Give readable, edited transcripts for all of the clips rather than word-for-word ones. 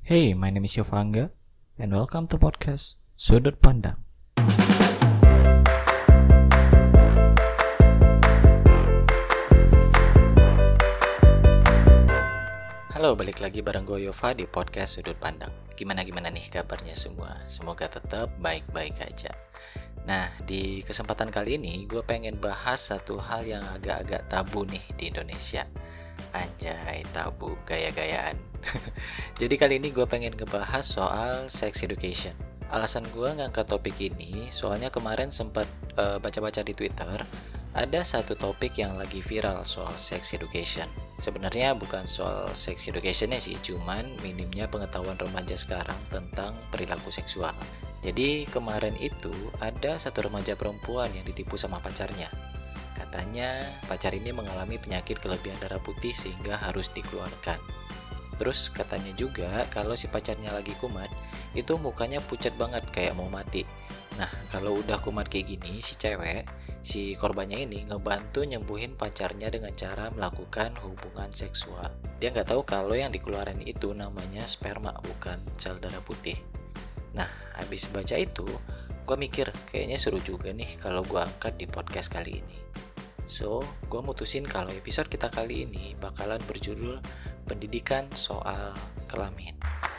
Hey, my name is Yovanga, and welcome to podcast Sudut Pandang. Halo, balik lagi bareng gue Yova di podcast Sudut Pandang. Gimana nih kabarnya semua? Semoga tetap baik-baik aja. Nah, di kesempatan kali ini gue pengen bahas satu hal yang agak-agak tabu nih di Indonesia. Anjay, tabu, gaya-gayaan. Jadi kali ini gue pengen ngebahas soal sex education. Alasan gue ngangkat topik ini soalnya kemarin sempat baca-baca di Twitter, ada satu topik yang lagi viral soal sex education. Sebenarnya bukan soal sex educationnya sih, cuman minimnya pengetahuan remaja sekarang tentang perilaku seksual. Jadi kemarin itu ada satu remaja perempuan yang ditipu sama pacarnya. Katanya pacar ini mengalami penyakit kelebihan darah putih sehingga harus dikeluarkan. Terus katanya juga kalau si pacarnya lagi kumat, itu mukanya pucat banget kayak mau mati. Nah, kalau udah kumat kayak gini, si korbannya ini ngebantu nyembuhin pacarnya dengan cara melakukan hubungan seksual. Dia nggak tahu kalau yang dikeluarin itu namanya sperma, bukan sel darah putih. Nah, habis baca itu, gue mikir kayaknya seru juga nih kalau gue angkat di podcast kali ini. So, gue mutusin kalau episode kita kali ini bakalan berjudul Pendidikan Soal Kelamin.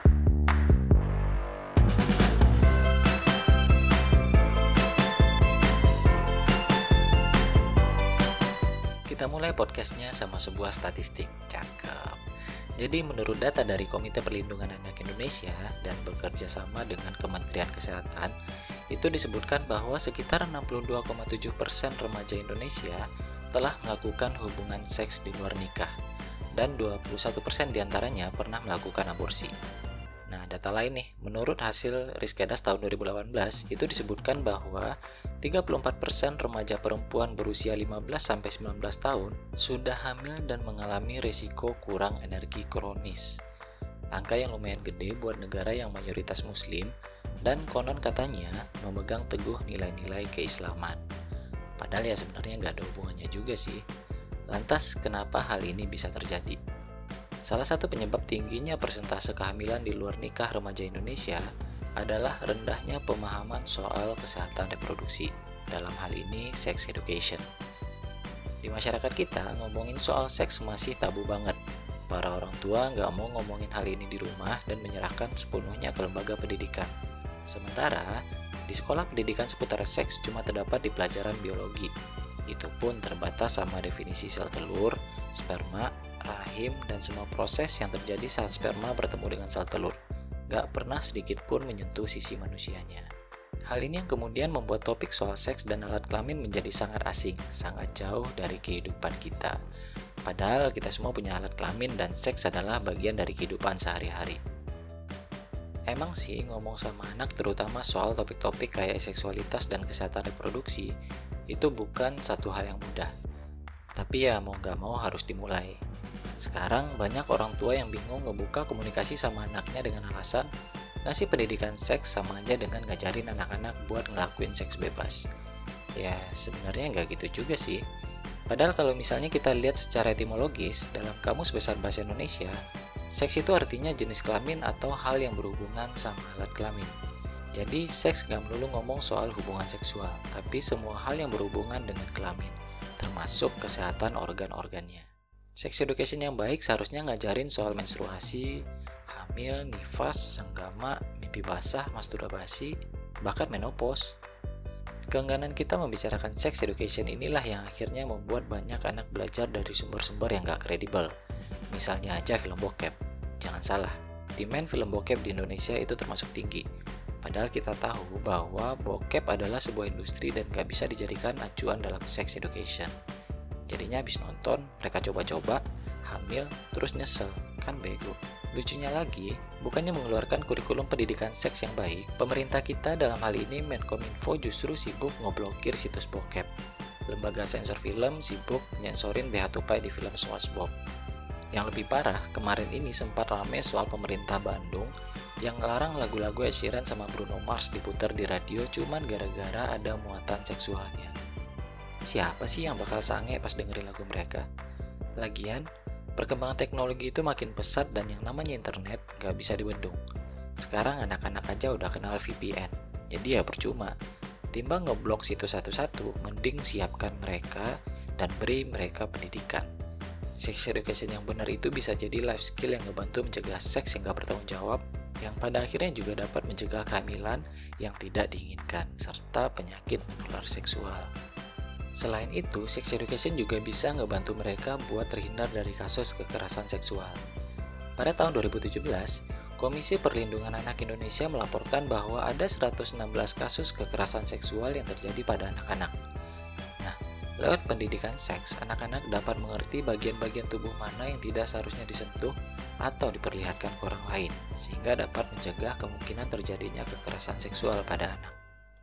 Kita mulai podcastnya sama sebuah statistik. Cakep. Jadi menurut data dari Komite Perlindungan Anak Indonesia dan bekerja sama dengan Kementerian Kesehatan, itu disebutkan bahwa sekitar 62,7% remaja Indonesia telah melakukan hubungan seks di luar nikah, dan 21% diantaranya pernah melakukan aborsi. Nah, data lain nih, menurut hasil Riskedas tahun 2018, itu disebutkan bahwa 34% remaja perempuan berusia 15-19 tahun sudah hamil dan mengalami risiko kurang energi kronis. Angka yang lumayan gede buat negara yang mayoritas muslim dan konon katanya memegang teguh nilai-nilai keislaman. Padahal ya sebenarnya nggak ada hubungannya juga sih. Lantas kenapa hal ini bisa terjadi? Salah satu penyebab tingginya persentase kehamilan di luar nikah remaja Indonesia adalah rendahnya pemahaman soal kesehatan reproduksi, dalam hal ini sex education. Di masyarakat kita, ngomongin soal seks masih tabu banget. Para orang tua nggak mau ngomongin hal ini di rumah dan menyerahkan sepenuhnya ke lembaga pendidikan. Sementara, di sekolah pendidikan seputar seks cuma terdapat di pelajaran biologi. Itu pun terbatas sama definisi sel telur, sperma, rahim, dan semua proses yang terjadi saat sperma bertemu dengan sel telur. Gak pernah sedikit pun menyentuh sisi manusianya. Hal ini yang kemudian membuat topik soal seks dan alat kelamin menjadi sangat asing, sangat jauh dari kehidupan kita. Padahal kita semua punya alat kelamin dan seks adalah bagian dari kehidupan sehari-hari. Emang sih ngomong sama anak terutama soal topik-topik kayak seksualitas dan kesehatan reproduksi itu bukan satu hal yang mudah. Tapi ya mau gak mau harus dimulai. Sekarang banyak orang tua yang bingung ngebuka komunikasi sama anaknya dengan alasan ngasih pendidikan seks sama aja dengan ngajarin anak-anak buat ngelakuin seks bebas. Ya sebenarnya gak gitu juga sih. Padahal kalau misalnya kita lihat secara etimologis dalam Kamus Besar Bahasa Indonesia, seks itu artinya jenis kelamin atau hal yang berhubungan sama alat kelamin. Jadi seks gak melulu ngomong soal hubungan seksual, tapi semua hal yang berhubungan dengan kelamin, termasuk kesehatan organ-organnya. Sex education yang baik seharusnya ngajarin soal menstruasi, hamil, nifas, senggama, mimpi basah, masturbasi, bahkan menopause. Keengganan kita membicarakan sex education inilah yang akhirnya membuat banyak anak belajar dari sumber-sumber yang gak kredibel. Misalnya aja film bokep. Jangan salah, demand film bokep di Indonesia itu termasuk tinggi. Padahal kita tahu bahwa bokep adalah sebuah industri dan gak bisa dijadikan acuan dalam sex education. Jadinya habis nonton, mereka coba-coba, hamil, terus nyesel. Kan bego. Lucunya lagi, bukannya mengeluarkan kurikulum pendidikan seks yang baik, pemerintah kita dalam hal ini Menkominfo justru sibuk ngeblokir situs bokep. Lembaga sensor film sibuk nyensorin BH tupai di film SpongeBob. Yang lebih parah, kemarin ini sempat rame soal pemerintah Bandung yang ngelarang lagu-lagu Ed Sheeran sama Bruno Mars diputar di radio cuman gara-gara ada muatan seksualnya. Siapa sih yang bakal sange pas dengerin lagu mereka? Lagian, Perkembangan teknologi itu makin pesat dan yang namanya internet nggak bisa dibendung. Sekarang anak-anak aja udah kenal VPN, jadi ya percuma. Timbang ngeblok situs satu-satu, mending siapkan mereka dan beri mereka pendidikan. Sex education yang benar itu bisa jadi life skill yang ngebantu mencegah seks yang gak bertanggung jawab, yang pada akhirnya juga dapat mencegah kehamilan yang tidak diinginkan, serta penyakit menular seksual. Selain itu, sex education juga bisa ngebantu mereka buat terhindar dari kasus kekerasan seksual. Pada tahun 2017, Komisi Perlindungan Anak Indonesia melaporkan bahwa ada 116 kasus kekerasan seksual yang terjadi pada anak-anak. Nah, lewat pendidikan seks, anak-anak dapat mengerti bagian-bagian tubuh mana yang tidak seharusnya disentuh atau diperlihatkan ke orang lain, sehingga dapat mencegah kemungkinan terjadinya kekerasan seksual pada anak.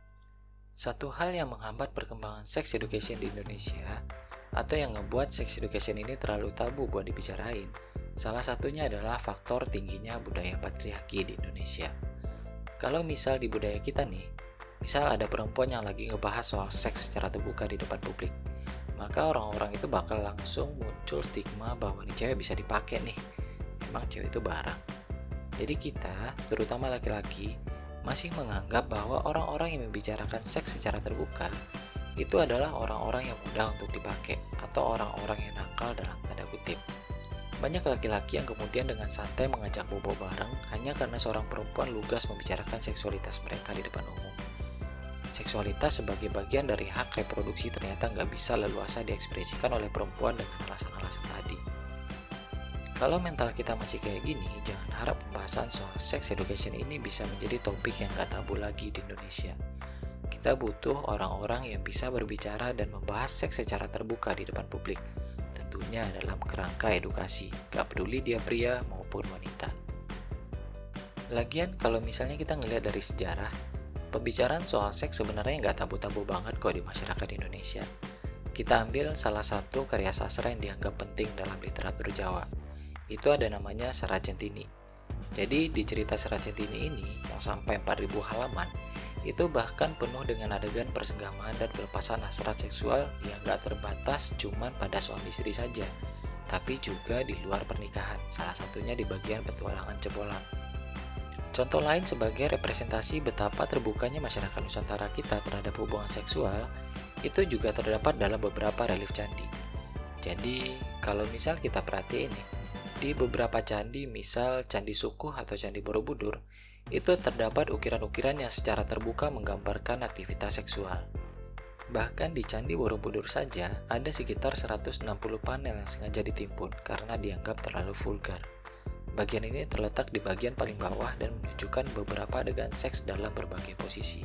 Satu hal yang menghambat perkembangan sex education di Indonesia, atau yang ngebuat sex education ini terlalu tabu buat dibicarain, salah satunya adalah faktor tingginya budaya patriarki di Indonesia. Kalau misal di budaya kita nih, misal ada perempuan yang lagi ngebahas soal seks secara terbuka di depan publik, maka orang-orang itu bakal langsung muncul stigma bahwa nih cewek bisa dipakai nih, emang cewek itu barang. Jadi kita, terutama laki-laki, masih menganggap bahwa orang-orang yang membicarakan seks secara terbuka itu adalah orang-orang yang mudah untuk dipakai atau orang-orang yang nakal dalam tanda kutip. Banyak laki-laki yang kemudian dengan santai mengajak bobo bareng hanya karena seorang perempuan lugas membicarakan seksualitas mereka di depan umum. Seksualitas sebagai bagian dari hak reproduksi ternyata nggak bisa leluasa diekspresikan oleh perempuan dengan alasan-alasan tadi. Kalau mental kita masih kayak gini, jangan harap pembahasan soal sex education ini bisa menjadi topik yang gak tabu lagi di Indonesia. Kita butuh orang-orang yang bisa berbicara dan membahas seks secara terbuka di depan publik. Tentunya dalam kerangka edukasi, gak peduli dia pria maupun wanita. Lagian kalau misalnya kita ngelihat dari sejarah, pembicaraan soal seks sebenarnya gak tabu-tabu banget kok di masyarakat Indonesia. Kita ambil salah satu karya sastra yang dianggap penting dalam literatur Jawa. Itu ada namanya Serat Centini. Jadi di cerita Serat Centini ini yang sampai 4000 halaman itu bahkan penuh dengan adegan persenggamaan dan pelepasan hasrat seksual yang gak terbatas cuman pada suami istri saja, tapi juga di luar pernikahan, salah satunya di bagian petualangan Cebolang. Contoh lain sebagai representasi betapa terbukanya masyarakat Nusantara kita terhadap hubungan seksual itu juga terdapat dalam beberapa relief candi. Jadi kalau misal kita perhatiin nih, di beberapa candi, misal Candi Sukuh atau Candi Borobudur, itu terdapat ukiran-ukiran yang secara terbuka menggambarkan aktivitas seksual. Bahkan di Candi Borobudur saja, ada sekitar 160 panel yang sengaja ditimbun karena dianggap terlalu vulgar. Bagian ini terletak di bagian paling bawah dan menunjukkan beberapa adegan seks dalam berbagai posisi.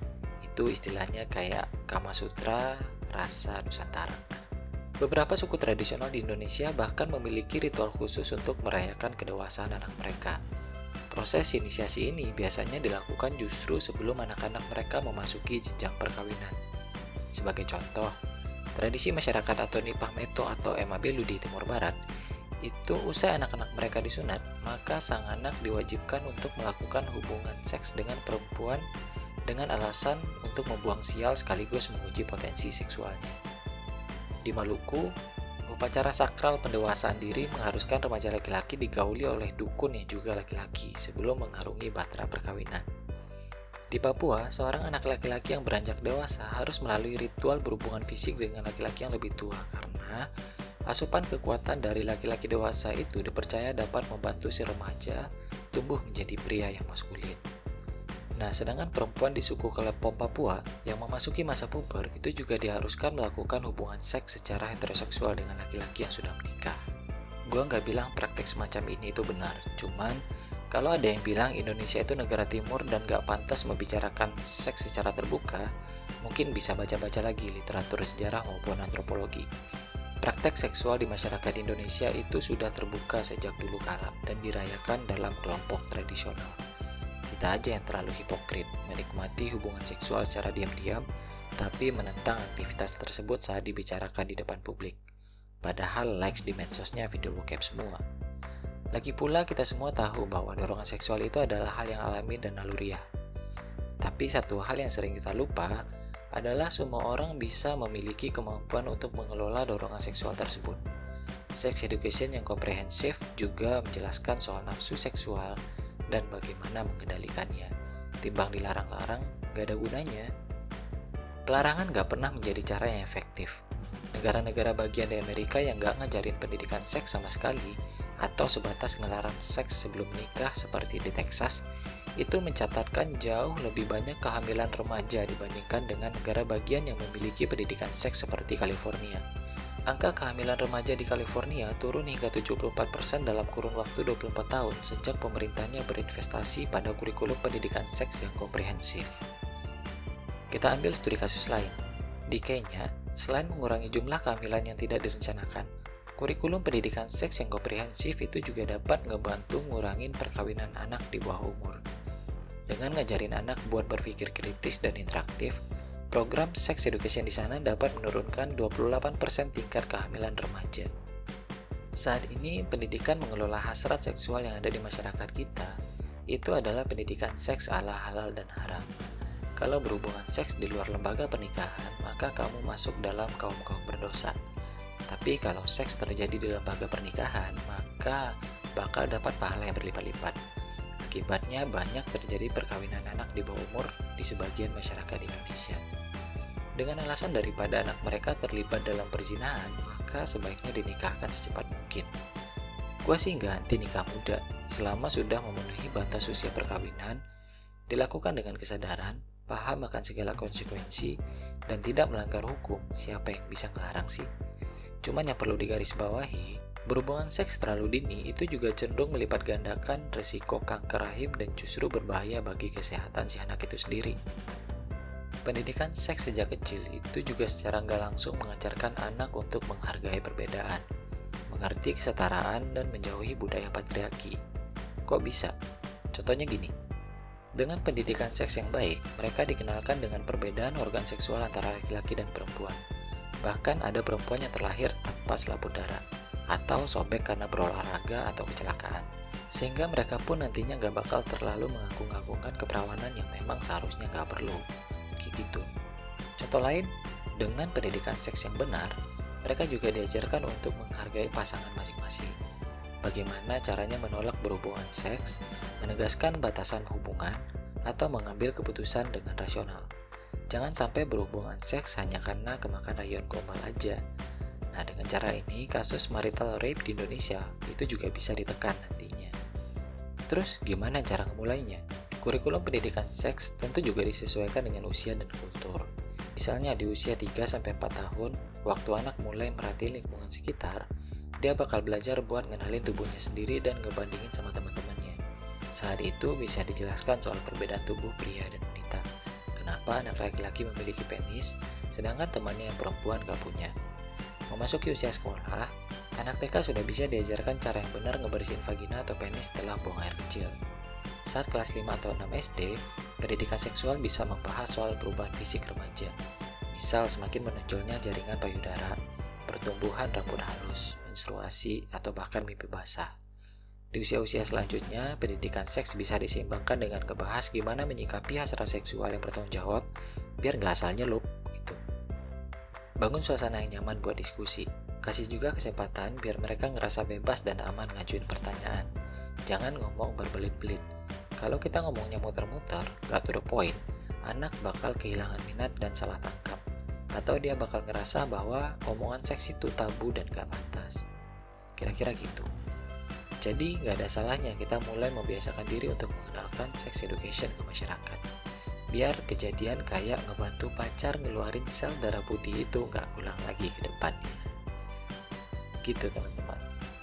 Itu istilahnya kayak Kama Sutra, rasa Nusantara. Beberapa suku tradisional di Indonesia bahkan memiliki ritual khusus untuk merayakan kedewasaan anak mereka. Proses inisiasi ini biasanya dilakukan justru sebelum anak-anak mereka memasuki jenjang perkawinan. Sebagai contoh, tradisi masyarakat atau Nipah Meto atau Emabelu di Timur Barat, itu usai anak-anak mereka disunat, maka sang anak diwajibkan untuk melakukan hubungan seks dengan perempuan dengan alasan untuk membuang sial sekaligus menguji potensi seksualnya. Di Maluku, upacara sakral pendewasaan diri mengharuskan remaja laki-laki digauli oleh dukun yang juga laki-laki sebelum mengarungi bahtera perkawinan. Di Papua, seorang anak laki-laki yang beranjak dewasa harus melalui ritual berhubungan fisik dengan laki-laki yang lebih tua karena asupan kekuatan dari laki-laki dewasa itu dipercaya dapat membantu si remaja tumbuh menjadi pria yang maskulin. Nah, sedangkan perempuan di suku Kelepom Papua yang memasuki masa puber itu juga diharuskan melakukan hubungan seks secara heteroseksual dengan laki-laki yang sudah menikah. Gua nggak bilang praktek semacam ini itu benar, cuman kalau ada yang bilang Indonesia itu negara timur dan nggak pantas membicarakan seks secara terbuka, mungkin bisa baca-baca lagi literatur sejarah maupun antropologi. Praktek seksual di masyarakat Indonesia itu sudah terbuka sejak dulu kala dan dirayakan dalam kelompok tradisional. Kita aja yang terlalu hipokrit, menikmati hubungan seksual secara diam-diam, tapi menentang aktivitas tersebut saat dibicarakan di depan publik. Padahal likes di medsosnya video bokep semua. Lagi pula kita semua tahu bahwa dorongan seksual itu adalah hal yang alami dan naluriah. Tapi satu hal yang sering kita lupa adalah semua orang bisa memiliki kemampuan untuk mengelola dorongan seksual tersebut. Sex education yang komprehensif juga menjelaskan soal nafsu seksual dan bagaimana mengendalikannya. Timbang dilarang-larang, gak ada gunanya. Pelarangan gak pernah menjadi cara yang efektif. Negara-negara bagian di Amerika yang gak ngajarin pendidikan seks sama sekali, atau sebatas ngelarang seks sebelum menikah seperti di Texas, itu mencatatkan jauh lebih banyak kehamilan remaja dibandingkan dengan negara bagian yang memiliki pendidikan seks seperti California. Angka kehamilan remaja di California turun hingga 74% dalam kurun waktu 24 tahun sejak pemerintahnya berinvestasi pada kurikulum pendidikan seks yang komprehensif. Kita ambil studi kasus lain. Di Kenya, selain mengurangi jumlah kehamilan yang tidak direncanakan, kurikulum pendidikan seks yang komprehensif itu juga dapat ngebantu ngurangin perkawinan anak di bawah umur. Dengan ngajarin anak buat berpikir kritis dan interaktif, program sex education di sana dapat menurunkan 28% tingkat kehamilan remaja. Saat ini, pendidikan mengelola hasrat seksual yang ada di masyarakat kita, itu adalah pendidikan seks ala halal dan haram. Kalau berhubungan seks di luar lembaga pernikahan, maka kamu masuk dalam kaum-kaum berdosa. Tapi kalau seks terjadi di lembaga pernikahan, maka bakal dapat pahala yang berlipat-lipat. Akibatnya banyak terjadi perkawinan anak di bawah umur di sebagian masyarakat Indonesia. Dengan alasan daripada anak mereka terlibat dalam perzinahan, maka sebaiknya dinikahkan secepat mungkin. Gua sih nggak anti nikah muda, selama sudah memenuhi batas usia perkawinan, dilakukan dengan kesadaran, paham akan segala konsekuensi, dan tidak melanggar hukum. Siapa yang bisa ngelarang sih? Cuman yang perlu digarisbawahi, berhubungan seks terlalu dini itu juga cenderung melipat gandakan resiko kanker rahim dan justru berbahaya bagi kesehatan si anak itu sendiri. Pendidikan seks sejak kecil itu juga secara nggak langsung mengajarkan anak untuk menghargai perbedaan, mengerti kesetaraan, dan menjauhi budaya patriarki. Kok bisa? Contohnya gini, dengan pendidikan seks yang baik, mereka dikenalkan dengan perbedaan organ seksual antara laki-laki dan perempuan. Bahkan ada perempuan yang terlahir tanpa selaput darah, atau sobek karena berolahraga atau kecelakaan. Sehingga mereka pun nantinya nggak bakal terlalu mengagung-agungkan keperawanan yang memang seharusnya nggak perlu. Gitu. Contoh lain, dengan pendidikan seks yang benar, mereka juga diajarkan untuk menghargai pasangan masing-masing. Bagaimana caranya menolak berhubungan seks, menegaskan batasan hubungan, atau mengambil keputusan dengan rasional. Jangan sampai berhubungan seks hanya karena kemakan rayuan gombal aja. Nah, dengan cara ini, kasus marital rape di Indonesia itu juga bisa ditekan nantinya. Terus, gimana cara memulainya? Kurikulum pendidikan seks tentu juga disesuaikan dengan usia dan kultur. Misalnya di usia 3-4 tahun, waktu anak mulai merhatiin lingkungan sekitar, dia bakal belajar buat ngenalin tubuhnya sendiri dan ngebandingin sama teman-temannya. Saat itu bisa dijelaskan soal perbedaan tubuh pria dan wanita. Kenapa anak laki-laki memiliki penis, sedangkan temannya yang perempuan gak punya. Memasuki usia sekolah, anak TK sudah bisa diajarkan cara yang benar ngebersihin vagina atau penis setelah buang air kecil. Saat kelas 5 atau 6 SD, pendidikan seksual bisa membahas soal perubahan fisik remaja. Misal semakin menonjolnya jaringan payudara, pertumbuhan rambut halus, menstruasi, atau bahkan mimpi basah. Di usia-usia selanjutnya, pendidikan seks bisa diseimbangkan dengan ngebahas gimana menyikapi hasrat seksual yang bertanggung jawab, biar nggak asal nyelup, gitu. Bangun suasana yang nyaman buat diskusi. Kasih juga kesempatan biar mereka ngerasa bebas dan aman ngajuin pertanyaan. Jangan ngomong berbelit-belit. Kalau kita ngomongnya muter-muter, gak to the point, anak bakal kehilangan minat dan salah tangkap. Atau dia bakal ngerasa bahwa omongan seks itu tabu dan gak pantas. Kira-kira gitu. Jadi gak ada salahnya kita mulai membiasakan diri untuk mengenalkan sex education ke masyarakat. Biar kejadian kayak ngebantu pacar ngeluarin sel darah putih itu gak ulang lagi ke depannya. Gitu teman-teman.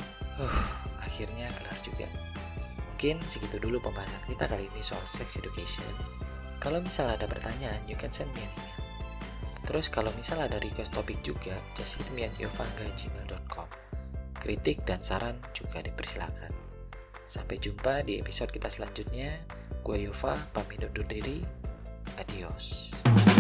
Akhirnya kelar juga. Mungkin segitu dulu pembahasan kita kali ini soal sex education. Kalau misal ada pertanyaan, you can send me an email. Terus kalau misal ada request topik juga, just hit me at yovanga@gmail.com. Kritik dan saran juga dipersilakan. Sampai jumpa di episode kita selanjutnya. Gue Yova, pamit undur diri. Adios.